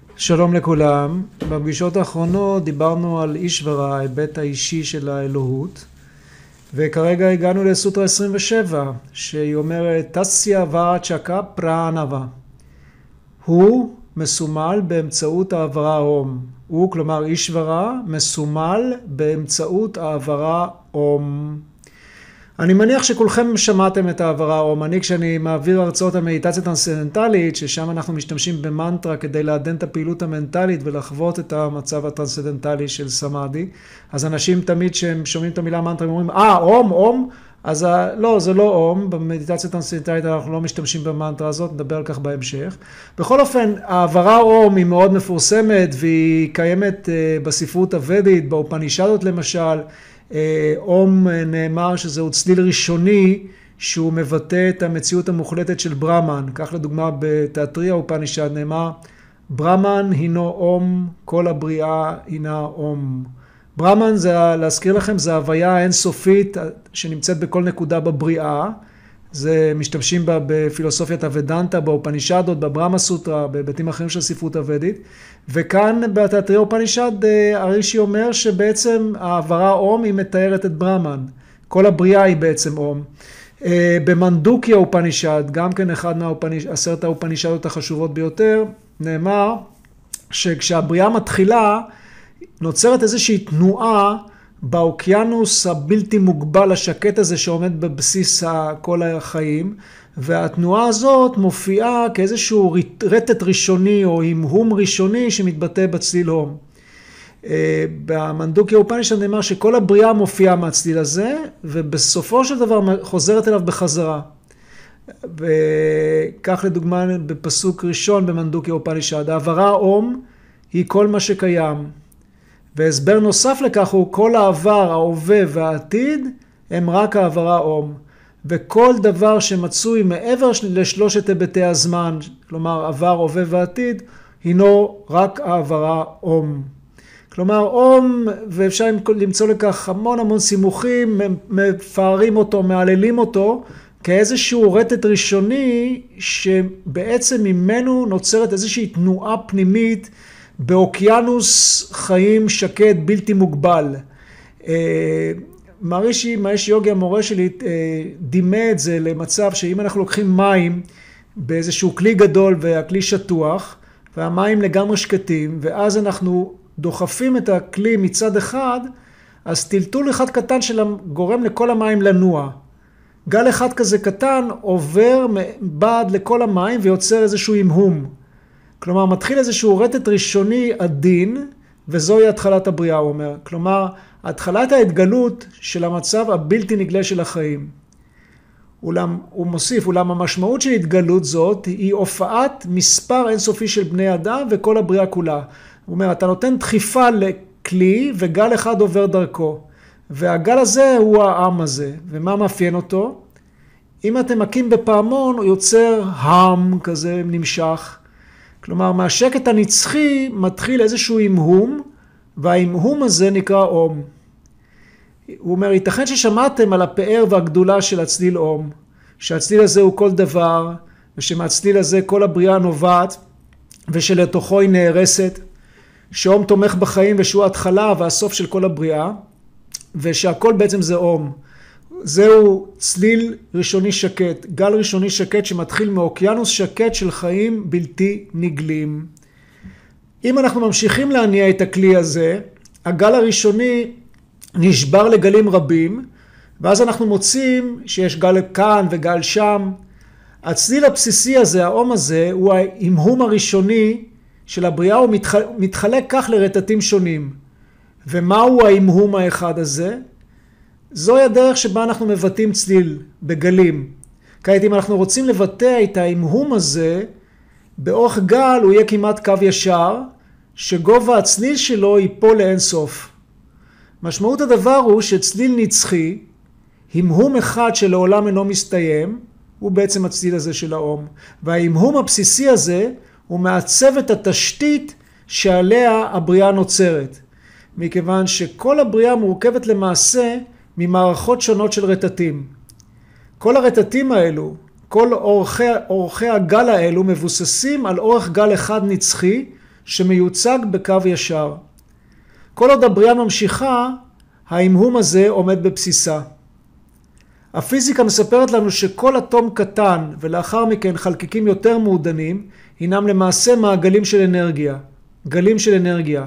שלום לכולם. בפגישות האחרונות דיברנו על אישברה, ההיבט האישי של האלוהות, וכרגע הגענו לסוטרה 27, שהיא אומרת תסיה ואצ'קה פרענבה. הוא מסומל באמצעות העברה אום. הוא, כלומר אישברה, מסומל באמצעות העברה אום. אני מניח שכולכם שמעתם את העברה אום. כשאני מעביר הרצאות על מדיטציה טרנסצנדנטלית, ששם אנחנו משתמשים במנטרה כדי לעדן את הפעילות המנטלית ולחוות את המצב הטרנסצנדנטלי של סמאדי, אז אנשים תמיד שהם שומעים את המילה מנטרה אומרים, אום, אז לא, זה לא אום. במדיטציה טרנסצנדנטלית אנחנו לא משתמשים במנטרה הזאת, נדבר על כך בהמשך. בכל אופן, העברה אום היא מאוד מפורסמת, והיא קיימת בספרות הוודית, באופנישדות למשל. אום נאמר שזהו צליל ראשוני שהוא מבטא את המציאות המוחלטת של ברמן. כך לדוגמה בתיאטריה אופנישד נאמר, ברמן הינו אום, כל הבריאה הינה אום. ברמן, זה, להזכיר לכם, זה הוויה האינסופית שנמצאת בכל נקודה בבריאה. זה משתמשים בה בפילוסופיית הוודנטה, באופנישדות, בברמה סוטרה, בהיבטים אחרים של הספרות הוודית. וכאן בתיאטריה אופנישד הרישי אומר שבעצם העברה אום היא מתארת את ברמן. כל הבריאה היא בעצם אום. במנדוקיה אופנישד, גם כן אחד מעשרת האופנישדות החשובות ביותר, נאמר שכשהבריאה מתחילה נוצרת איזושהי תנועה באוקיינוס הבלתי מוגבל השקט הזה שעומד בבסיס כל החיים, והתנועה הזאת מופיעה כאיזשהו רטט ראשוני או המהום ראשוני שמתבטא בצליל הום. במנדוקיה אופנישד נאמר שכל הבריאה מופיעה מהצליל הזה, ובסופו של דבר חוזרת אליו בחזרה. וכך לדוגמה בפסוק ראשון במנדוקיה אופנישד, העברה אום היא כל מה שקיים. והסבר נוסף לכך הוא כל העבר, ההווה והעתיד הם רק העברה אום. וכל דבר שמצוי מעבר לשלושת היבטי הזמן, כלומר עבר, הווה ועתיד, הינו רק העברה אום. כלומר אום, ואפשר למצוא לכך המון סימוכים, מפארים אותו, מעללים אותו, כאיזשהו רטט ראשוני שבעצם ממנו נוצרת איזושהי תנועה פנימית באוקיינוס חיים שקט בלתי מוגבל. מרישי יוגי המורה שלי דימה את זה למצב שאם אנחנו לוקחים מים באיזשהו כלי גדול והכלי שטוח והמים לגמרי שקטים, ואז אנחנו דוחפים את הכלי מצד אחד, אז טלטול אחד קטן גורם לכל המים לנוע. גל אחד כזה קטן עובר בעד לכל המים ויוצר איזשהו המהום. כלומר, מתחיל איזשהו רטט ראשוני עדין, וזוהי התחלת הבריאה, הוא אומר. כלומר, התחלת ההתגלות של המצב הבלתי נגלה של החיים. הוא מוסיף, אולם המשמעות של התגלות זאת היא הופעת מספר אינסופי של בני אדם וכל הבריאה כולה. הוא אומר, אתה נותן דחיפה לכלי וגל אחד עובר דרכו. והגל הזה הוא העם הזה. ומה מאפיין אותו? אם אתם מכים בפעמון, הוא יוצר העם כזה נמשך. כלומר, מהשקט הנצחי מתחיל איזשהו המהום, וההמהום הזה נקרא אום. הוא אומר, ייתכן ששמעתם על הפאר והגדולה של הצליל אום, שהצליל הזה הוא כל דבר, ושמהצליל הזה כל הבריאה נובעת, ושלתוכו היא נהרסת, שאום תומך בחיים ושהוא ההתחלה והסוף של כל הבריאה, ושהכל בעצם זה אום. זהו צליל ראשוני שקט, גל ראשוני שקט שמתחיל מאוקיינוס שקט של חיים בלתי נגלים. אם אנחנו ממשיכים להניע את הכלי הזה, הגל הראשוני נשבר לגלים רבים, ואז אנחנו מוצאים שיש גל כאן וגל שם. הצליל הבסיסי הזה, האום הזה, הוא ההמהום הראשוני של הבריאה, הוא מתחלק כך לרטטים שונים. ומהו ההמהום האחד הזה? זוהי הדרך שבה אנחנו מבטאים צליל בגלים. כעת אם אנחנו רוצים לבטא את ההמהום הזה, באורך גל הוא יהיה כמעט קו ישר, שגובה הצליל שלו ייפול לאינסוף. משמעות הדבר הוא שצליל נצחי, המהום אחד שלעולם אינו מסתיים, הוא בעצם הצליל הזה של האום. וההמהום הבסיסי הזה הוא מעצב את התשתית שעליה הבריאה נוצרת. מכיוון שכל הבריאה מורכבת למעשה ממערכות שונות של רטטים. כל הרטטים האלו, כל אורכי הגל האלו מבוססים על אורך גל אחד נצחי, שמיוצג בקו ישר. כל עוד הבריאה ממשיכה, ההמהום הזה עומד בבסיסה. הפיזיקה מספרת לנו שכל אטום קטן ולאחר מכן חלקיקים יותר מעודנים, הינם למעשה מעגלים של אנרגיה, גלים של אנרגיה.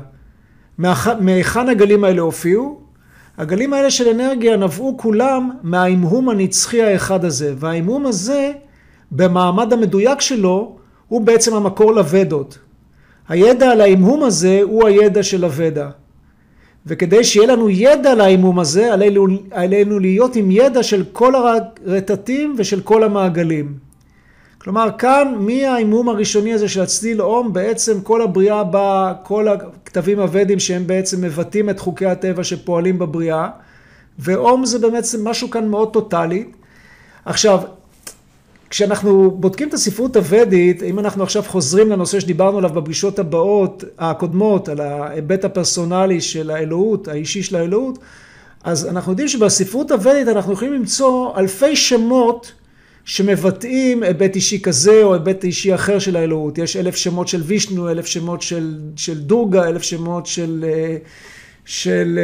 מהיכן הגלים האלה הופיעו? הגלים האלה של אנרגיה נבעו כולם מההמהום הנצחי האחד הזה, וההמהום הזה, במעמד המדויק שלו, הוא בעצם המקור לוודות. הידע על ההמהום הזה הוא הידע של הוודה. וכדי שיהיה לנו ידע על ההמהום הזה, עלינו להיות עם ידע של כל הרטטים ושל כל המעגלים. כלומר, כאן, מההמהום הראשוני הזה של הצליל אום, בעצם כל הבריאה באה, כל הכתבים הוודים שהם בעצם מבטאים את חוקי הטבע שפועלים בבריאה, ואום זה באמת משהו כאן מאוד טוטלי. עכשיו, כשאנחנו בודקים את הספרות הוודית, אם אנחנו עכשיו חוזרים לנושא שדיברנו עליו בפגישות הקודמות, על ההיבט הפרסונלי של האלוהות, האישי של האלוהות, אז אנחנו יודעים שבספרות הוודית אנחנו יכולים למצוא אלפי שמות שמבטאים היבט אישי כזה או היבט אישי אחר של האלוהות. יש 1,000 שמות של וישנו, 1,000 שמות של דורגה, 1,000 שמות של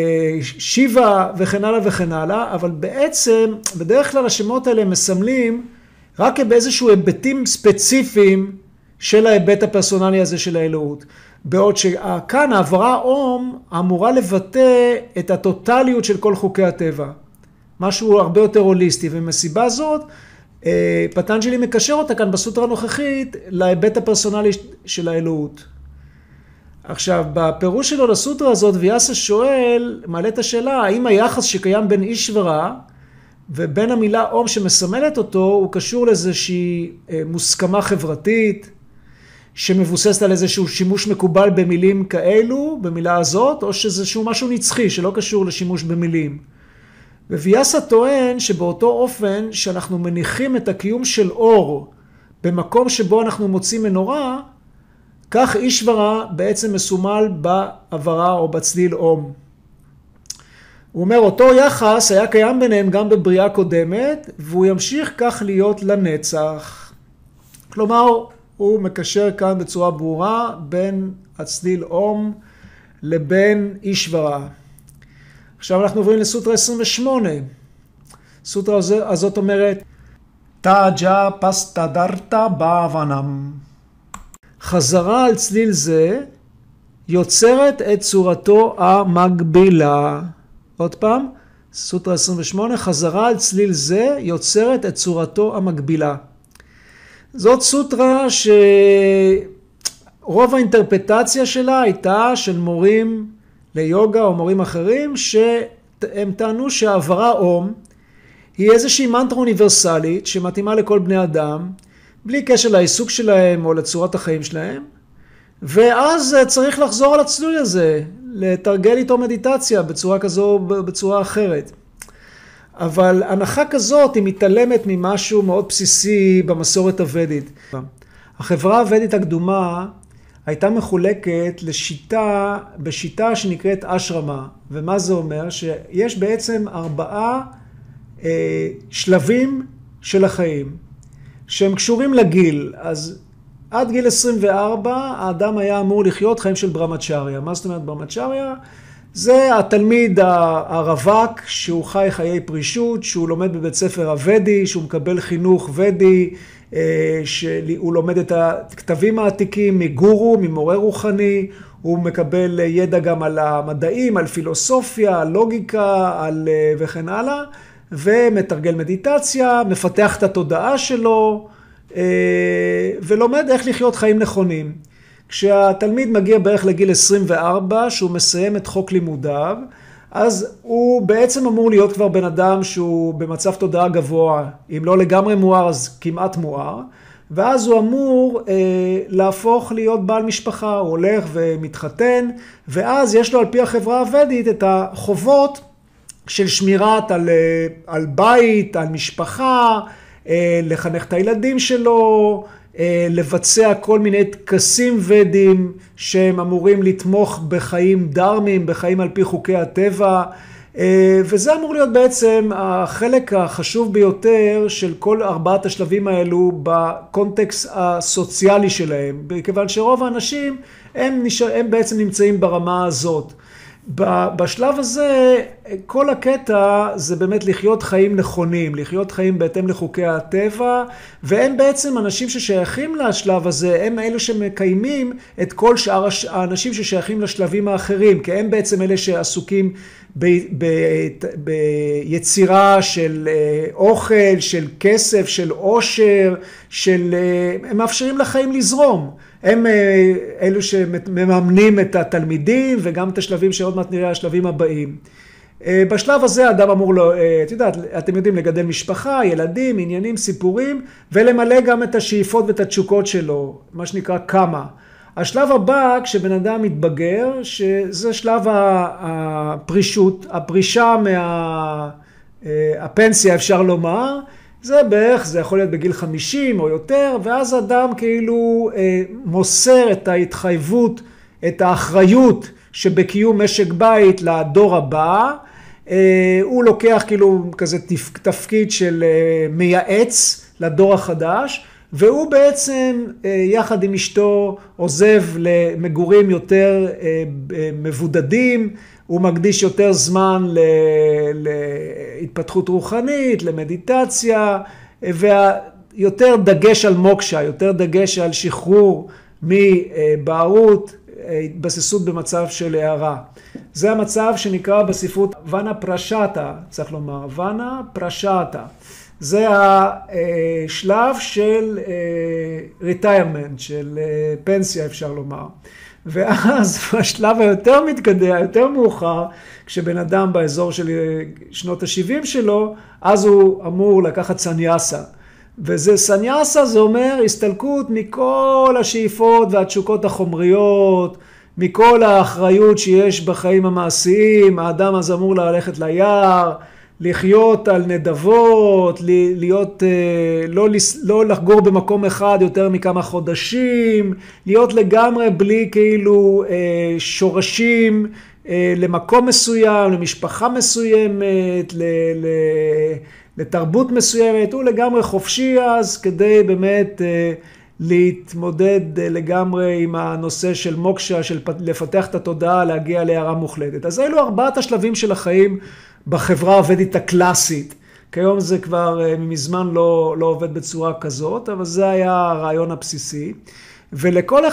שיבה וכן הלאה וכן הלאה, אבל בעצם בדרך כלל השמות האלה מסמלים רק באיזשהו היבטים ספציפיים של ההיבט הפרסונלי הזה של האלוהות. בעוד שכאן העברה אום אמורה לבטא את הטוטליות של כל חוקי הטבע. משהו הרבה יותר הוליסטי, ומסיבה זאת פטנג'לי מקשר אותה כאן בסוטרה הנוכחית להיבט הפרסונלי של האלוהות. עכשיו, בפירוש שלו לסוטרה הזאת, ויאסה שואל, מעלה את השאלה, האם היחס שקיים בין אישברה ובין המילה אום שמסמלת אותו, הוא קשור לאיזושהי מוסכמה חברתית, שמבוססת על איזשהו שימוש מקובל במילים כאלו, במילה הזאת, או שזה משהו נצחי שלא קשור לשימוש במילים. וויאסה טוען שבאותו אופן שאנחנו מניחים את הקיום של אור במקום שבו אנחנו מוצאים מנורה, כך אישברה בעצם מסומל בעברה או בצליל אום. הוא אומר, אותו יחס היה קיים ביניהם גם בבריאה קודמת, והוא ימשיך כך להיות לנצח. כלומר, הוא מקשר כאן בצורה ברורה בין הצליל אום לבין אישברה. עכשיו אנחנו עוברים לסוטרה 28. סוטרה הזאת אומרת, תאג'ה פסטדרתה באבנם. חזרה על צליל זה יוצרת את צורתו המקבילה. עוד פעם, סוטרה 28, חזרה על צליל זה יוצרת את צורתו המקבילה. זאת סוטרה שרוב האינטרפטציה שלה הייתה של מורים ליוגה או מורים אחרים, שהם טענו שהעברה אום היא איזושהי מנטרה אוניברסלית שמתאימה לכל בני אדם, בלי קשר לעיסוק שלהם או לצורת החיים שלהם, ואז צריך לחזור על הצליל הזה, לתרגל איתו מדיטציה בצורה כזו או בצורה אחרת. אבל הנחה כזאת היא מתעלמת ממשהו מאוד בסיסי במסורת הוודית. החברה הוודית הקדומה הייתה מחולקת בשיטה שנקראת אשרמה. ומה זה אומר? שיש בעצם 4 שלבים של החיים שהם קשורים לגיל. אז עד גיל 24 האדם היה אמור לחיות חיים של ברמצ'ריה. מה זאת אומרת ברמצ'ריה? זה התלמיד הרווק שהוא חי חיי פרישות, שהוא לומד בבית ספר הוודי, שהוא מקבל חינוך ודי, שהוא לומד את הכתבים העתיקים מגורו, ממורה רוחני, הוא מקבל ידע גם על המדעים, על פילוסופיה, על לוגיקה, וכן הלאה, ומתרגל מדיטציה, מפתח את התודעה שלו, ולומד איך לחיות חיים נכונים. כשהתלמיד מגיע בערך לגיל 24, שהוא מסיים את חוק לימודיו, אז הוא בעצם אמור להיות כבר בן אדם שהוא במצב תודעה גבוה, אם לא לגמרי מואר אז כמעט מואר, ואז הוא אמור להפוך להיות בעל משפחה, הוא הולך ומתחתן, ואז יש לו על פי החברה הוודית את החובות של שמירת על בית, על משפחה, לחנך את הילדים שלו, לבצע כל מיני טקסים ודים שהם אמורים לתמוך בחיים דרמים, בחיים על פי חוקי הטבע, וזה אמור להיות בעצם החלק החשוב ביותר של כל 4 השלבים האלו בקונטקסט הסוציאלי שלהם, מכיוון שרוב האנשים הם בעצם נמצאים ברמה הזאת. בשלב הזה, כל הקטע זה באמת לחיות חיים נכונים, לחיות חיים בהתאם לחוקי הטבע, והם בעצם אנשים ששייכים לשלב הזה, הם אלו שמקיימים את כל שאר האנשים ששייכים לשלבים האחרים, כי הם בעצם אלה שעסוקים ביצירה של אוכל, של כסף, של עושר, הם מאפשרים לחיים לזרום. הם אלו שמממנים את התלמידים וגם את השלבים שעוד מעט נראה השלבים הבאים. בשלב הזה האדם אמור לו, אתם יודעים, לגדל משפחה, ילדים, עניינים, סיפורים, ולמלא גם את השאיפות ואת התשוקות שלו, מה שנקרא קמה. השלב הבא, כשבן אדם מתבגר, שזה שלב הפרישות, הפרישה מהפנסיה אפשר לומר, זה בערך, זה יכול להיות בגיל 50 או יותר, ואז אדם כאילו מוסר את ההתחייבות, את האחריות שבקיום משק בית לדור הבא, הוא לוקח כאילו כזה תפקיד של מייעץ לדור החדש, והוא בעצם יחד עם אשתו עוזב למגורים יותר מבודדים, הוא מקדיש יותר זמן להתפתחות רוחנית, למדיטציה, ויותר דגש על מוקשה, יותר דגש על שחרור מבערות, התבססות במצב של הערה. זה המצב שנקרא בספרות ואנה פרשתה, צריך לומר, ואנה פרשתה. זה השלב של retirement, של פנסיה אפשר לומר. ואז בשלב היותר מתקדם, יותר מאוחר, כשבן אדם באזור של שנות ה-70 שלו, אז הוא אמור לקחת סניאסה. וזה סניאסה, זה אומר הסתלקות מכל השאיפות והתשוקות החומריות, מכל האחריות שיש בחיים המעשיים, האדם אז אמור ללכת ליער, לחיות על נדבות, לא לחגור במקום אחד יותר מכמה חודשים, להיות לגמרי בלי כאילו שורשים למקום מסוים, למשפחה מסוימת, לתרבות מסוימת, הוא לגמרי חופשי אז כדי באמת להתמודד לגמרי עם הנושא של מוקשה, של לפתח את התודעה, להגיע להערה מוחלטת. אז אלו 4 השלבים של החיים בחברה העובדית הקלאסית. כיום זה כבר מזמן לא עובד בצורה כזאת, אבל זה היה הרעיון הבסיסי. ולכל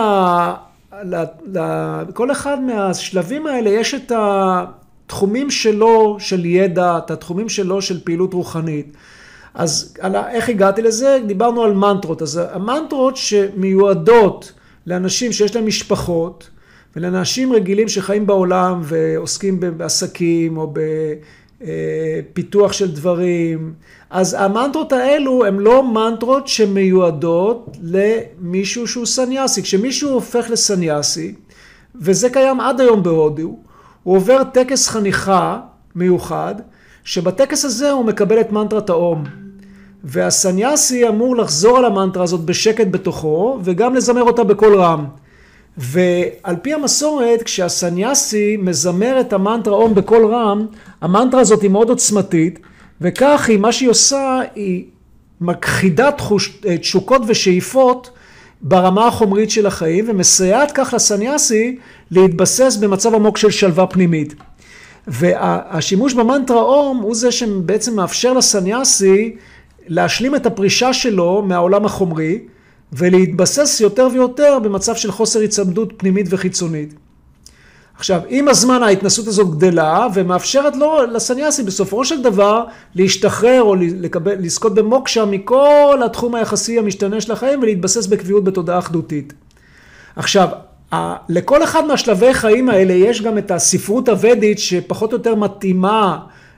אחד מהשלבים האלה יש את התחומים שלו של ידע, את התחומים שלו של פעילות רוחנית. אז איך הגעתי לזה? דיברנו על מנטרות. אז המנטרות שמיועדות לאנשים שיש להם משפחות, ולאנשים רגילים שחיים בעולם ועוסקים בעסקים או בפיתוח של דברים, אז המנטרות האלו הן לא מנטרות שמיועדות למישהו שהוא סניאסי. כשמישהו הופך לסניאסי, וזה קיים עד היום בהודו, הוא עובר טקס חניכה מיוחד, שבטקס הזה הוא מקבל את מנטרת האום. והסניאסי אמור לחזור על המנטרה הזאת בשקט בתוכו, וגם לזמר אותה בקול רם. ועל פי המסורת, כשהסניאסי מזמר את המנטרה אום בקול רם, המנטרה הזאת היא מאוד עוצמתית, וכך מה שהיא עושה, היא מכחידה תשוקות ושאיפות ברמה החומרית של החיים, ומסייעת כך לסניאסי להתבסס במצב עמוק של שלווה פנימית. והשימוש במנטרה אום הוא זה שבעצם מאפשר לסניאסי להשלים את הפרישה שלו מהעולם החומרי, ולהתבסס יותר ויותר במצב של חוסר הצמדות פנימית וחיצונית. עכשיו, עם הזמן ההתנסות הזאת גדלה, ומאפשרת לו, לסניאסי, בסופו של דבר, להשתחרר או לזכות במוקשה מכל התחום היחסי המשתנה של החיים, ולהתבסס בקביעות בתודעה אחדותית. עכשיו, לכל אחד מהשלבי חיים האלה יש גם את הספרות הוודית שפחות או יותר מתאימה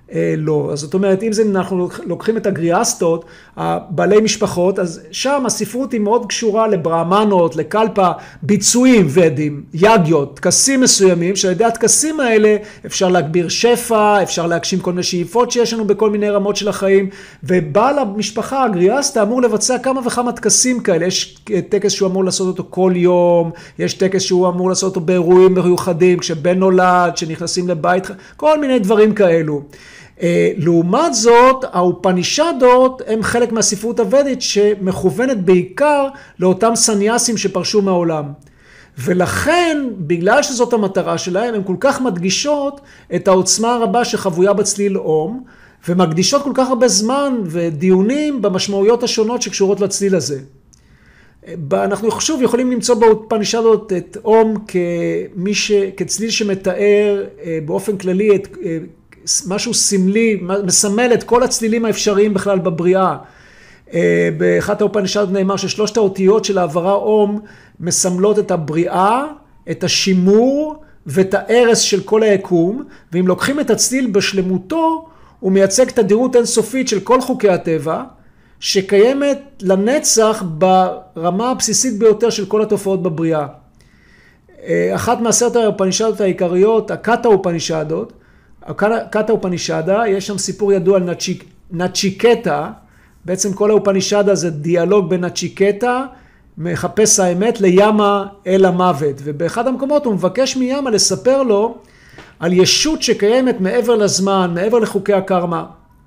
לא. אז זאת אומרת, אם אנחנו לוקחים את הגריאסטות, בעלי משפחות, אז שם הספרות היא מאוד קשורה לברהמנות, לקלפה, ביצועים ודים, יגיות, טקסים מסוימים, שעל ידי הטקסים האלה אפשר להגביר שפע, אפשר להגשים כל מיני שאיפות שיש לנו בכל מיני רמות של החיים, ובעל המשפחה, הגריאסטה, אמור לבצע כמה וכמה טקסים כאלה. יש טקס שהוא אמור לעשות אותו כל יום, יש טקס שהוא אמור לעשות אותו באירועים מיוחדים, כשבן נולד, שנכנסים לבית, כל מיני דברים כאלו. לעומת זאת, האופנישדות הם חלק מהספרות הוודית שמכוונת בעיקר לאותם סניאסים שפרשו מהעולם. ולכן, בגלל שזאת המטרה שלהם, הן כל כך מדגישות את העוצמה הרבה שחבויה בצליל אום, ומקדישות כל כך הרבה זמן ודיונים במשמעויות השונות שקשורות לצליל הזה. אנחנו שוב יכולים למצוא באופנישדות את אום כצליל שמתאר באופן כללי את משהו סמלי, מסמל את כל הצלילים האפשריים בכלל בבריאה. באחת האופנישדות נאמר ששלושת האותיות של העברה אום מסמלות את הבריאה, את השימור ואת הערס של כל היקום, ואם לוקחים את הצליל בשלמותו, הוא מייצג תדירות אינסופית של כל חוקי הטבע, שקיימת לנצח ברמה הבסיסית ביותר של כל התופעות בבריאה. אחת מעשרת האופנישדות העיקריות, הקטה אופנישדות, קטה אופנישדה, יש שם סיפור ידוע על נצ'יקטה, בעצם כל האופנישדה זה דיאלוג בין נצ'יקטה, מחפש האמת לימה אל המוות, ובאחד המקומות הוא מבקש מימה לספר לו על ישות שקיימת מעבר לזמן, מעבר לחוקי הקרמה.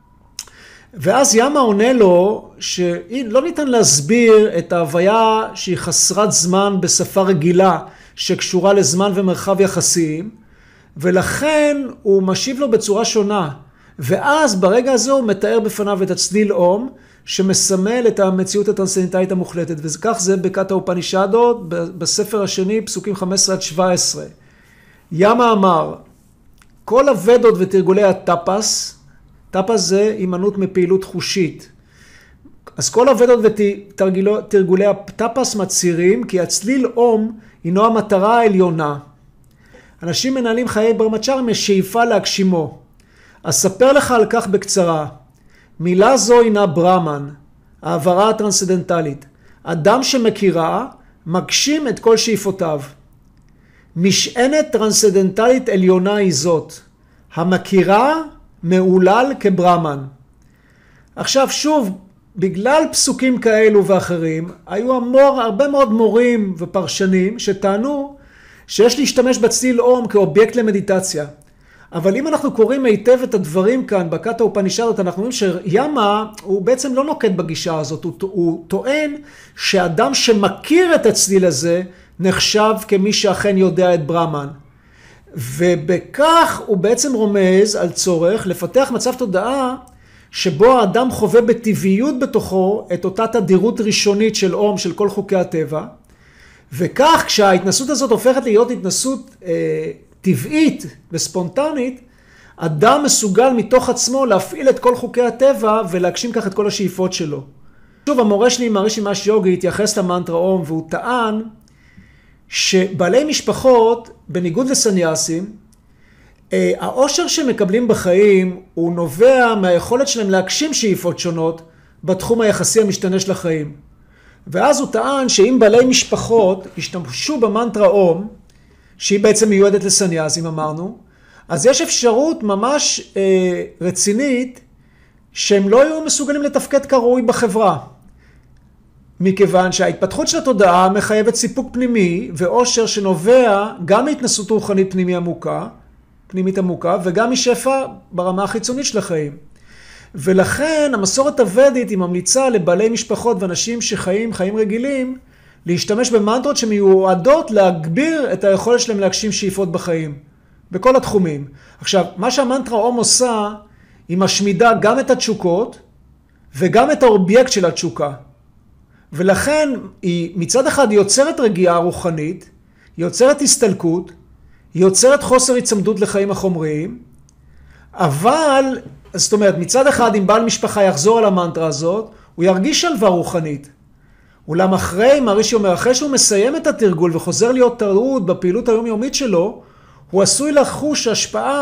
ואז ימה עונה לו שלא ניתן להסביר את ההוויה שהיא חסרת זמן בשפה רגילה, שקשורה לזמן ומרחב יחסיים, ולכן הוא משיב לו בצורה שונה. ואז ברגע הזה הוא מתאר בפניו את הצליל אום, שמסמל את המציאות הטרנסצנדנטלית המוחלטת. וכך זה בקטה אופנישדות, בספר השני, פסוקים 15-17. ימה אמר, כל הוודות ותרגולי הטפס, טפס זה הימנעות מפעילות חושית. אז כל הוודות ותרגולי הטפס מצהירים, כי הצליל אום הינו המטרה העליונה. אנשים מנהלים חיי ברמצ'רים משאיפה להגשימו. אספר לך על כך בקצרה. מילה זו הינה ברמן, העברה הטרנסצנדנטלית. אדם שמכירה, מגשים את כל שאיפותיו. משענת טרנסצנדנטלית עליונה היא זאת. המכירה מעולל כברמן. עכשיו שוב, בגלל פסוקים כאלו ואחרים, היו הרבה מאוד מורים ופרשנים שטענו שיש להשתמש בצליל אום כאובייקט למדיטציה. אבל אם אנחנו קוראים היטב את הדברים כאן בקטה אופנישדות, אנחנו רואים שימה הוא בעצם לא נוקט בגישה הזאת, הוא טוען שאדם שמכיר את הצליל הזה נחשב כמי שאכן יודע את ברמן. ובכך הוא בעצם רומז על צורך לפתח מצב תודעה שבו האדם חווה בטבעיות בתוכו את אותה תדירות ראשונית של אום של כל חוקי הטבע, וכך כשההתנסות הזאת הופכת להיות התנסות טבעית וספונטנית, אדם מסוגל מתוך עצמו להפעיל את כל חוקי הטבע ולהגשים כך את כל השאיפות שלו. שוב, המורה שלי, מרישי מש יוגי, התייחס למנטרה אום והוא טען שבעלי משפחות, בניגוד לסניאסים, העושר שמקבלים בחיים הוא נובע מהיכולת שלהם להגשים שאיפות שונות בתחום היחסי המשתנה של החיים. ואז הוא טען שאם בעלי משפחות השתמשו במנטרה אום, שהיא בעצם מיועדת לסניאסים אמרנו, אז יש אפשרות ממש רצינית שהם לא יהיו מסוגלים לתפקד כראוי בחברה. מכיוון שההתפתחות של התודעה מחייבת סיפוק פנימי ואושר שנובע גם מהתנסות רוחנית פנימית עמוקה וגם משפע ברמה החיצונית של החיים. ולכן המסורת הוודית היא ממליצה לבעלי משפחות ואנשים שחיים חיים רגילים להשתמש במנטרות שמיועדות להגביר את היכולת שלהם להגשים שאיפות בחיים, בכל התחומים. עכשיו, מה שהמנטרה אום עושה, היא משמידה גם את התשוקות וגם את האובייקט של התשוקה. ולכן היא מצד אחד יוצרת רגיעה רוחנית, היא יוצרת הסתלקות, היא יוצרת חוסר הצמדות לחיים החומריים, אבל, זאת אומרת, מצד אחד אם בעל משפחה יחזור על המנטרה הזאת, הוא ירגיש שלווה רוחנית. אולם אחרי, מרישי אומר, אחרי שהוא מסיים את התרגול וחוזר להיות טרוד בפעילות היומיומית שלו, הוא עשוי לחוש השפעה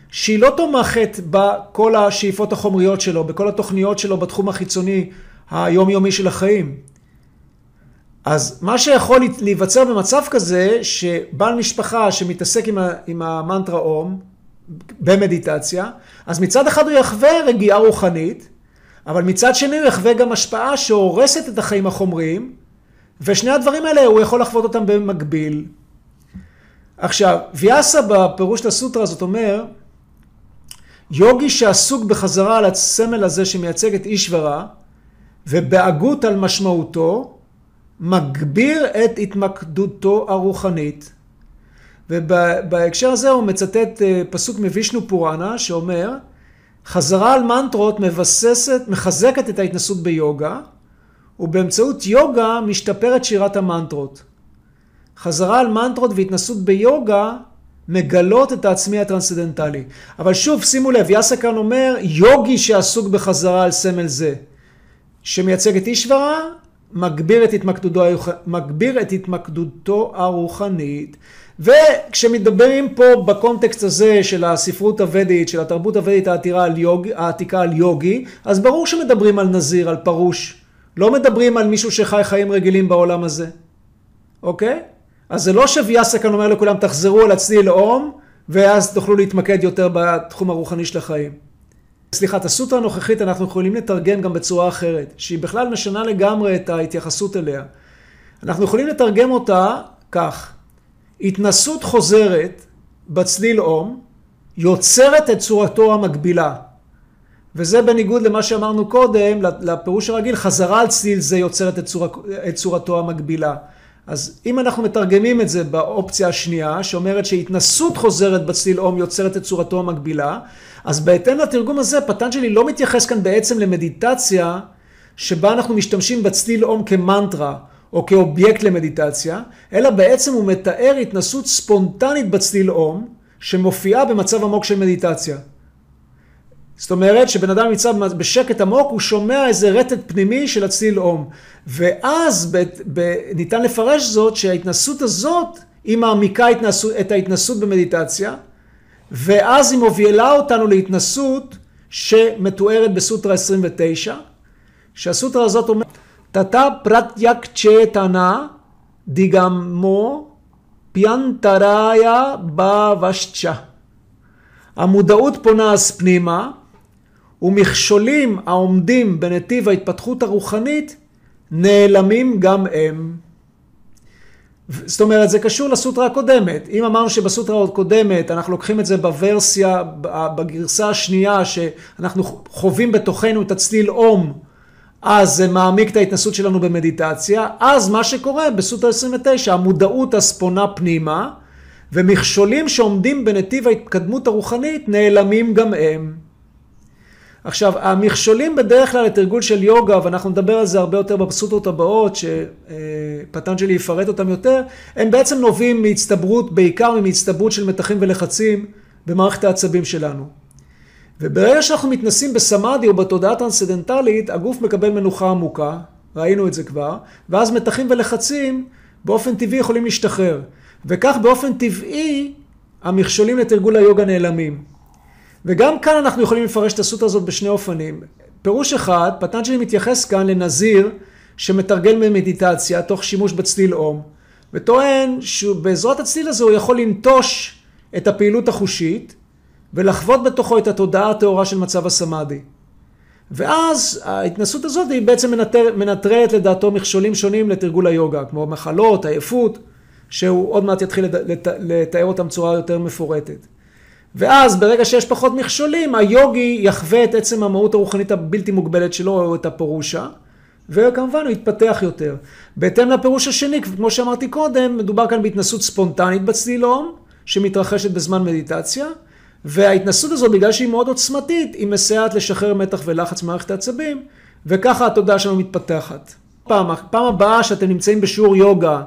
שהיא לא תומכת בכל השאיפות החומריות שלו, בכל התוכניות שלו בתחום החיצוני היומיומי של החיים. אז מה שיכול להיווצר במצב כזה, שבעל משפחה שמתעסק עם המנטרה אום במדיטציה, אז מצד אחד הוא יחווה רגיעה רוחנית, אבל מצד שני הוא יחווה גם השפעה שהורסת את החיים החומריים, ושני הדברים האלה הוא יכול לחוות אותם במקביל. עכשיו, ויאסה בפירוש לסוטרה הזאת אומר, יוגי שעסוק בחזרה על הסמל הזה שמייצג את אישברה, ובהגות על משמעותו, מגביר את התמקדותו הרוחנית. ובהקשר הזה הוא מצטט פסוק מווישנו פוראנה שאומר, חזרה על מנטרות מחזקת את ההתנסות ביוגה, ובאמצעות יוגה משתפרת שירת המנטרות. חזרה על מנטרות והתנסות ביוגה מגלות את העצמי הטרנסצנדנטלי. אבל שוב, שימו לב, יאסה כאן אומר, יוגי שעסוק בחזרה על סמל זה, שמייצג את אישברה, מגביר את התמקדותו הרוחנית. וכשמדברים פה בקונטקסט הזה של הספרות הוודית, של התרבות הוודית העתיקה על יוגי, אז ברור שמדברים על נזיר, על פרוש. לא מדברים על מישהו שחי חיים רגילים בעולם הזה. אוקיי? אז זה לא שוויאסה כאן אומר לכולם, תחזרו על הצליל אום, ואז תוכלו להתמקד יותר בתחום הרוחני של החיים. סליחה, את הסוטרה הנוכחית אנחנו יכולים לתרגם גם בצורה אחרת, שהיא בכלל משנה לגמרי את ההתייחסות אליה. אנחנו יכולים לתרגם אותה כך, התנסות חוזרת בצליל אום, יוצרת את צורתו המקבילה. וזה בניגוד למה שאמרנו קודם, לפירוש הרגיל, חזרה על צליל זה יוצרת את צורתו המקבילה. אז אם אנחנו מתרגמים את זה באופציה השנייה, שאומרת שהתנסות חוזרת בצליל אום יוצרת את צורתו המקבילה, אז בהתאם לתרגום הזה, פטנג'לי לא מתייחס כאן בעצם למדיטציה, שבה אנחנו משתמשים בצליל אום כמנטרה, או כאובייקט למדיטציה, אלא בעצם הוא מתאר התנסות ספונטנית בצליל אום, שמופיעה במצב עמוק של מדיטציה. זאת אומרת שבן אדם נמצא בשקט עמוק, הוא שומע איזה רטט פנימי של הצליל אום. ואז ניתן לפרש זאת שההתנסות הזאת היא מעמיקה את ההתנסות במדיטציה, ואז היא מובילה אותנו להתנסות שמתוארת בסוטרה 29, שהסוטרה הזאת אומרת, תתה פרטיאק צ'טנה דיגמו פיינטראיה בוושצ'ה. המודעות פונה אז פנימה, ומכשולים העומדים בנתיב ההתפתחות הרוחנית נעלמים גם הם. זאת אומרת, זה קשור לסוטרה הקודמת. אם אמרנו שבסוטרה הקודמת אנחנו לוקחים את זה בוורסיה, בגרסה השנייה, שאנחנו חווים בתוכנו את הצליל אום, אז זה מעמיק את ההתנסות שלנו במדיטציה. אז מה שקורה בסוטרה 29, המודעות הספונה פנימה, ומכשולים שעומדים בנתיב ההתקדמות הרוחנית נעלמים גם הם. עכשיו, המכשולים בדרך כלל לתרגול של יוגה, ואנחנו נדבר על זה הרבה יותר בסוטרות הבאות, שפטנג'לי יפרט אותם יותר, הם בעצם נובעים מהצטברות, בעיקר מהצטברות של מתחים ולחצים במערכת העצבים שלנו. וברגע שאנחנו מתנסים בסמאדי או בתודעה טרנסצנדנטלית, הגוף מקבל מנוחה עמוקה, ראינו את זה כבר, ואז מתחים ולחצים באופן טבעי יכולים להשתחרר. וכך באופן טבעי המכשולים לתרגול היוגה נעלמים. וגם כאן אנחנו יכולים לפרש את הסוטרה הזאת בשני אופנים. פירוש אחד, פטנג'לי מתייחס כאן לנזיר שמתרגל ממדיטציה תוך שימוש בצליל אום, וטוען שבעזרת הצליל הזה הוא יכול לנטוש את הפעילות החושית ולחוות בתוכו את התודעה הטהורה של מצב הסמאדי. ואז ההתנסות הזאת היא בעצם מנטרלת לדעתו מכשולים שונים לתרגול היוגה, כמו מחלות, עייפות, שהוא עוד מעט יתחיל לתאר אותם בצורה יותר מפורטת. ואז ברגע שיש פחות מכשולים, היוגי יחווה את עצם המהות הרוחנית הבלתי מוגבלת שלו, או את הפורושה, וכמובן הוא יתפתח יותר. בהתאם לפירוש השני, כמו שאמרתי קודם, מדובר כאן בהתנסות ספונטנית בצליל אום, שמתרחשת בזמן מדיטציה, וההתנסות הזו, בגלל שהיא מאוד עוצמתית, היא מסייעת לשחרר מתח ולחץ מערכת העצבים, וככה התודעה שלנו מתפתחת. פעם הבאה שאתם נמצאים בשיעור יוגה,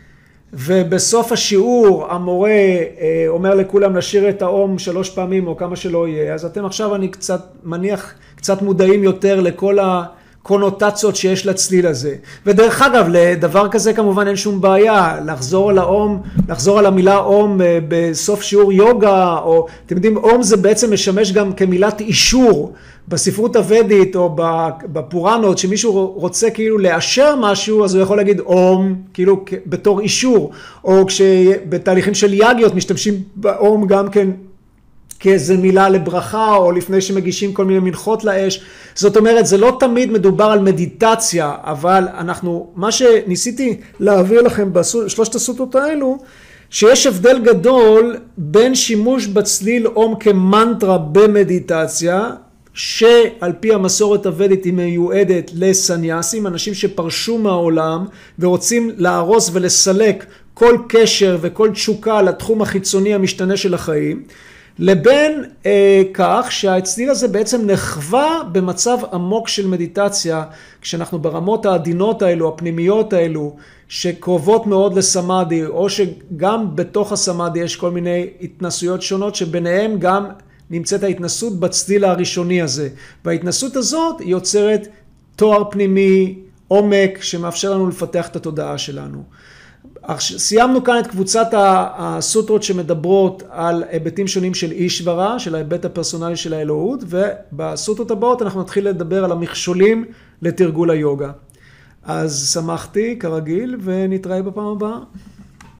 ובסוף השיעור המורה אומר לכולם לשיר את האום 3 פעמים או כמה שלא יהיה, אז אתם עכשיו אני קצת מניח, קצת מודעים יותר לכל הקונוטציות שיש לצליל הזה. ודרך אגב, לדבר כזה כמובן אין שום בעיה, לחזור על המילה אום בסוף שיעור יוגה, או אתם יודעים, אום זה בעצם משמש גם כמילת אישור בספרות הוודית או בפוראנות, שמישהו רוצה כאילו לאשר משהו, אז הוא יכול להגיד אום, כאילו בתור אישור, או כשבתהליכים של יאגיות משתמשים באום גם כן, כאיזה מילה לברכה, או לפני שמגישים כל מיני מנחות לאש. זאת אומרת, זה לא תמיד מדובר על מדיטציה, אבל מה שניסיתי להעביר לכם בשלושת הסוטות האלו, שיש הבדל גדול בין שימוש בצליל אום כמנטרה במדיטציה, שעל פי המסורת הוודית היא מיועדת לסניאסים, אנשים שפרשו מהעולם ורוצים להרוס ולסלק כל קשר וכל תשוקה לתחום החיצוני המשתנה של החיים, לבין כך שהצליל הזה בעצם נחווה במצב עמוק של מדיטציה, כשאנחנו ברמות העדינות האלו, הפנימיות האלו, שקרובות מאוד לסמאדי, או שגם בתוך הסמאדי יש כל מיני התנסויות שונות, שביניהם גם נמצאת ההתנסות בצליל הראשוני הזה. וההתנסות הזאת יוצרת תואר פנימי, עומק, שמאפשר לנו לפתח את התודעה שלנו. סיימנו כאן את קבוצת הסוטרות שמדברות על היבטים שונים של אישברה, של ההיבט הפרסונלי של האלוהות, ובסוטרות הבאות אנחנו נתחיל לדבר על המכשולים לתרגול היוגה. אז שמחתי כרגיל ונתראה בפעם הבאה.